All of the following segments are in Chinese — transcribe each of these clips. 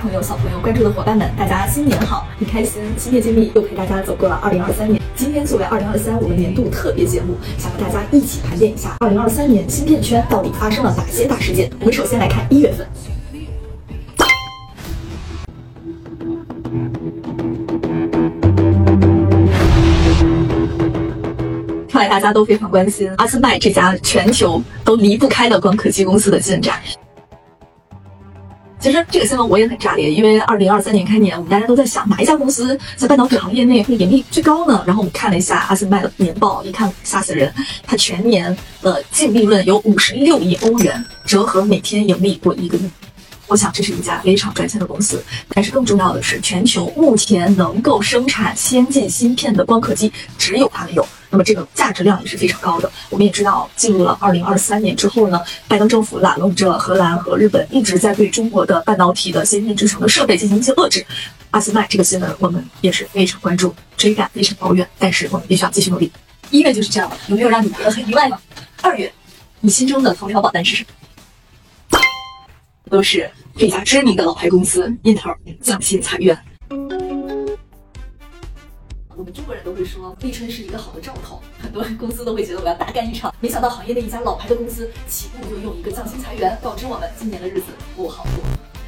朋友、小朋友、关注的伙伴们，大家新年好！很开心，芯片揭秘又陪大家走过了2023年。今天作为2023我们年度特别节目，想和大家一起盘点一下2023年芯片圈到底发生了哪些大事件。我们首先来看1月份。看来大家都非常关心阿斯麦这家全球都离不开的光刻机公司的进展。其实这个新闻我也很炸裂，因为2023年开年，我们大家都在想哪一家公司在半导体行业内会盈利最高呢？然后我们看了一下阿斯麦的年报，一看吓死人，它全年的净利润有56亿欧元，折合每天盈利过1个亿。我想这是一家非常赚钱的公司，但是更重要的是，全球目前能够生产先进芯片的光刻机只有他们有。那么这个价值量也是非常高的。我们也知道，进入了2023年之后呢，拜登政府拉拢着荷兰和日本，一直在对中国的半导体的先进制程的设备进行一些遏制。阿斯麦这个新闻我们也是非常关注，追赶非常遥远，但是我们必须要继续努力。1月就是这样了，有没有让你觉得很意外呢？2月，你心中的头条榜单是什么？都是这家知名的老牌公司英特尔降薪裁员。我们中国人都会说立春是一个好的兆头，很多公司都会觉得我要大干一场，没想到行业内一家老牌的公司起步就用一个降薪裁员，告知我们今年的日子不好过。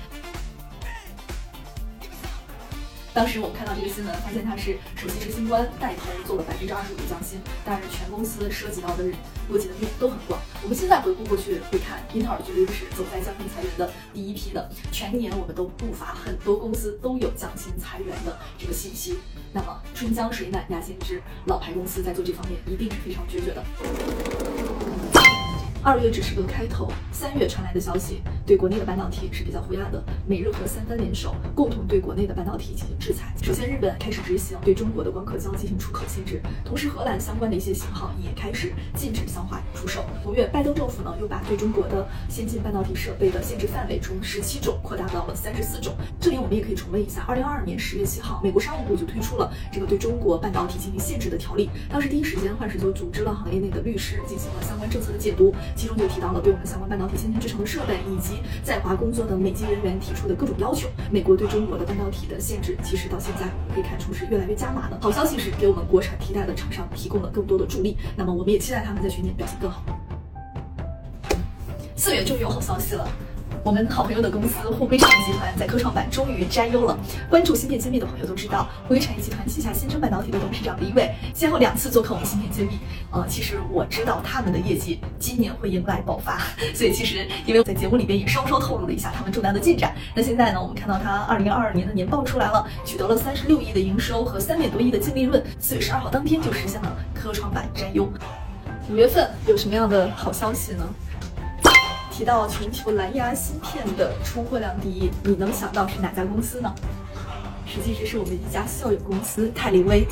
当时我们看到这个新闻，发现他是首席执行官带头做了25%的降薪，但是全公司涉及到的波及的面都很广。我们现在回顾过去会看，英特尔绝对是走在降薪裁员的第一批的，全年我们都不乏很多公司都有降薪裁员的这个信息。那么春江水暖鸭先知，老牌公司在做这方面一定是非常决绝的。2月只是个开头，3月传来的消息对国内的半导体是比较灰暗的。美日荷3方联手，共同对国内的半导体进行制裁。首先，日本开始执行对中国的光刻胶进行出口限制，同时荷兰相关的一些型号也开始禁止向华出售。5月，拜登政府呢又把对中国的先进半导体设备的限制范围从17种扩大到了34种。这里我们也可以重温一下，2022年10月7号，美国商务部就推出了这个对中国半导体进行限制的条例。当时第一时间，幻视就组织了行业内的律师进行了相关政策的解读。其中就提到了对我们相关半导体先进制程的设备以及在华工作的美籍人员提出的各种要求。美国对中国的半导体的限制，其实到现在可以看出是越来越加码的。好消息是给我们国产替代的厂商提供了更多的助力，那么我们也期待他们在全年表现更好。4月终于有好消息了。我们好朋友的公司沪硅产业集团在科创板终于摘优了。关注芯片揭秘的朋友都知道，沪硅产业集团旗下新生半导体的董事长李伟先后2次做客我们芯片揭秘。其实我知道他们的业绩今年会迎来爆发，所以其实因为我在节目里边也稍稍透露了一下他们重大的进展。那现在呢，我们看到他2022年的年报出来了，取得了36亿的营收和3点多亿的净利润。4月12号当天就实现了科创板摘优。5月份有什么样的好消息呢？提到全球蓝牙芯片的出货量第一，你能想到是哪家公司呢？实际这是我们一家校友公司泰林威。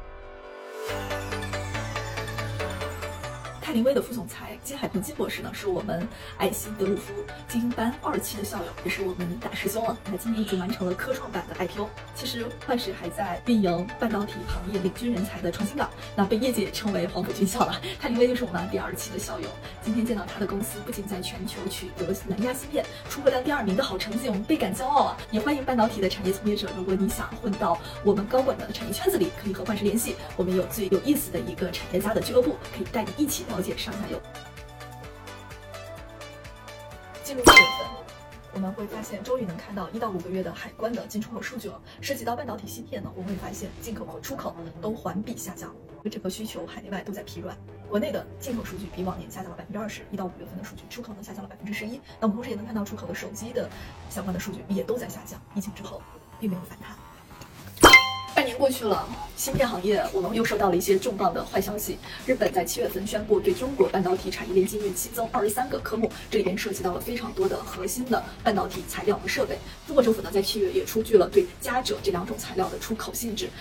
泰林威的副总裁金海鹏金博士呢，是我们爱新德鲁夫精英班2期的校友，也是我们大师兄了。他今年已经完成了科创板的 IPO。其实幻视还在运营半导体行业领军人才的创新岗，那被业界称为黄埔军校了。泰林威就是我们第2期的校友。今天见到他的公司不仅在全球取得蓝牙芯片出货量第2名的好成绩，我们倍感骄傲啊！也欢迎半导体的产业从业者，如果你想混到我们高管的产业圈子里，可以和幻视联系。我们有最有意思的一个产业家的俱乐部，可以带你一起了解上下游。进入6月份，我们会发现终于能看到1到5个月的海关的进出口数据了。涉及到半导体芯片呢，我们会发现进口和出口都环比下降，整个需求海内外都在疲软。国内的进口数据比往年下降了20%，1到5月份的数据出口呢下降了11%。那我们同时也能看到出口的手机的相关的数据也都在下降，疫情之后并没有反弹。半年过去了，芯片行业我们又收到了一些重磅的坏消息。日本在7月份宣布对中国半导体产业链禁运新增23个科目，这里边涉及到了非常多的核心的半导体材料和设备。中国政府呢在7月也出具了对嘉锗这2种材料的出口限制。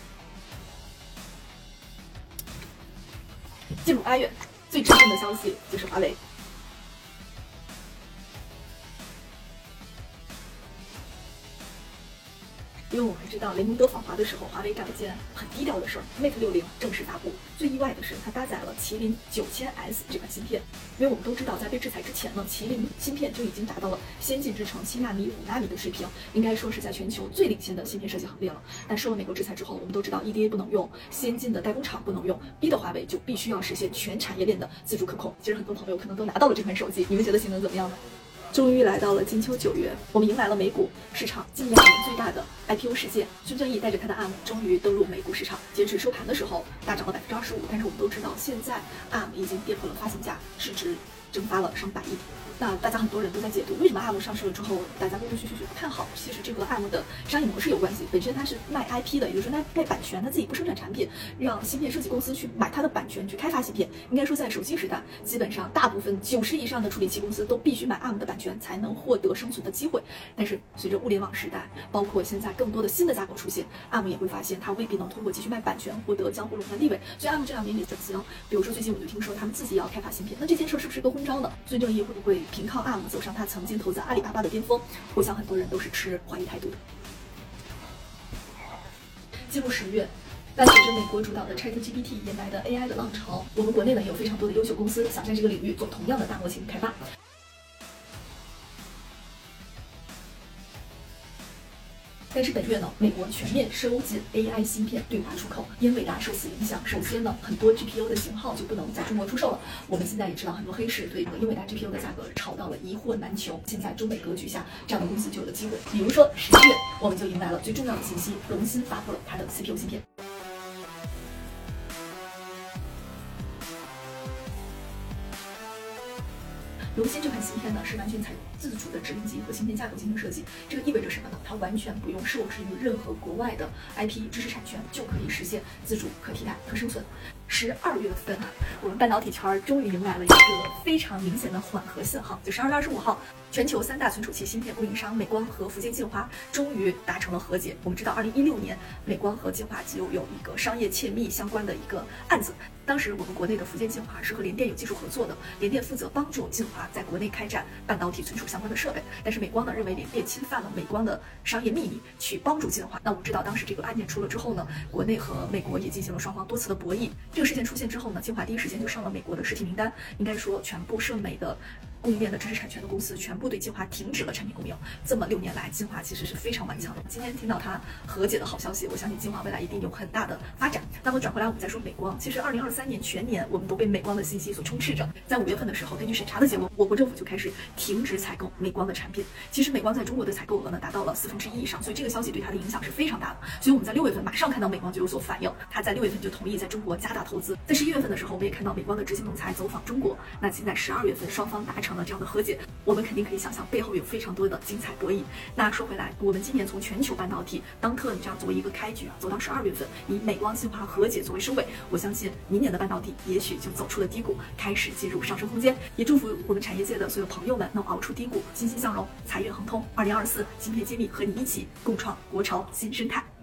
进入8月，最致命的消息就是华为。 因为我们知道雷蒙德访华的时候，华为干了件很低调的事儿 ，Mate 60正式发布。最意外的是，它搭载了麒麟9000S 这款芯片。因为我们都知道，在被制裁之前呢，麒麟芯片就已经达到了先进制程7纳米、5纳米的水平，应该说是在全球最领先的芯片设计行列了。但受了美国制裁之后，我们都知道 EDA 不能用，先进的代工厂不能用，逼得华为就必须要实现全产业链的自主可控。其实很多朋友可能都拿到了这款手机，你们觉得性能怎么样呢？终于来到了金秋9月，我们迎来了美股市场近2年最大的 IPO 事件。孙正义带着他的 ARM 终于登陆美股市场。截止收盘的时候，大涨了25%。但是我们都知道，现在 ARM 已经跌破了发行价，市值蒸发了上百亿。那大家很多人都在解读，为什么 ARM 上市了之后，大家陆陆续续不看好？其实这和 ARM 的商业模式有关系。本身它是卖 IP 的，也就是说卖版权，它自己不生产产品，让芯片设计公司去买它的版权去开发芯片。应该说，在手机时代，基本上大部分90%以上的处理器公司都必须买 ARM 的版权才能获得生存的机会。但是随着物联网时代，包括现在更多的新的架构出现，ARM 也会发现它未必能通过继续卖版权获得江湖垄断地位。所以 ARM 这2年也转型，比如说最近我就听说他们自己也要开发芯片，那这件事是不是一个昏招呢？孙正义会不会凭靠 ARM 走上他曾经投资阿里巴巴的巅峰？我想很多人都是持怀疑态度的。进入10月，伴随着美国主导的 ChatGPT 引来的 AI 的浪潮，我们国内呢也有非常多的优秀公司想在这个领域做同样的大模型开发。但是本月呢，美国全面收紧 AI 芯片对华出口，因伟达受此影响。首先呢，很多 GPU 的型号就不能在中国出售了。我们现在也知道，很多黑市对英伟达 GPU 的价格炒到了一货难求。现在中美格局下，这样的公司就有了机会。比如说11月，我们就迎来了最重要的信息，龙芯发布了它的 CPU 芯片。龙芯这款芯片呢，是完全采用自主的指令集和芯片架构进行设计。这个意味着什么呢？它完全不用受制于任何国外的 IP 知识产权，就可以实现自主、可替代、可生存。12月份，我们半导体圈终于迎来了一个非常明显的缓和信号，就12月25号，全球3大存储器芯片供应商美光和福建晋华终于达成了和解。我们知道，2016年美光和晋华就有一个商业窃密相关的一个案子，当时我们国内的福建晋华是和联电有技术合作的，联电负责帮助晋华在国内开展半导体存储相关的设备，但是美光呢认为联电侵犯了美光的商业秘密，去帮助晋华。那我们知道，当时这个案件出了之后呢，国内和美国也进行了双方多次的博弈。这个事件出现之后呢，晋华第一时间就上了美国的实体名单，应该说全部涉美的供应链的知识产权的公司全部对晋华停止了产品供应。这么6年来，晋华其实是非常顽强的。今天听到它和解的好消息，我相信晋华未来一定有很大的发展。那么转回来，我们再说美光。其实2023年全年我们都被美光的信息所充斥着。在5月份的时候，根据审查的结果，我国政府就开始停止采购美光的产品。其实美光在中国的采购额呢达到了1/4以上，所以这个消息对它的影响是非常大的。所以我们在6月份马上看到美光就有所反应，它在6月份就同意在中国加大投资。在11月份的时候，我们也看到美光的执行总裁走访中国。那现在12月份双方达成了这样的和解，我们肯定可以想象背后有非常多的精彩博弈。那说回来，我们今年从全球半导体当特这样作为一个开局走到12月份，以美光晋华和解作为收尾，我相信明年的半导体也许就走出了低谷，开始进入上升空间。也祝福我们产业界的所有朋友们能熬出低谷，欣欣向荣，财运亨通。2024芯片揭秘和你一起共创国潮新生态。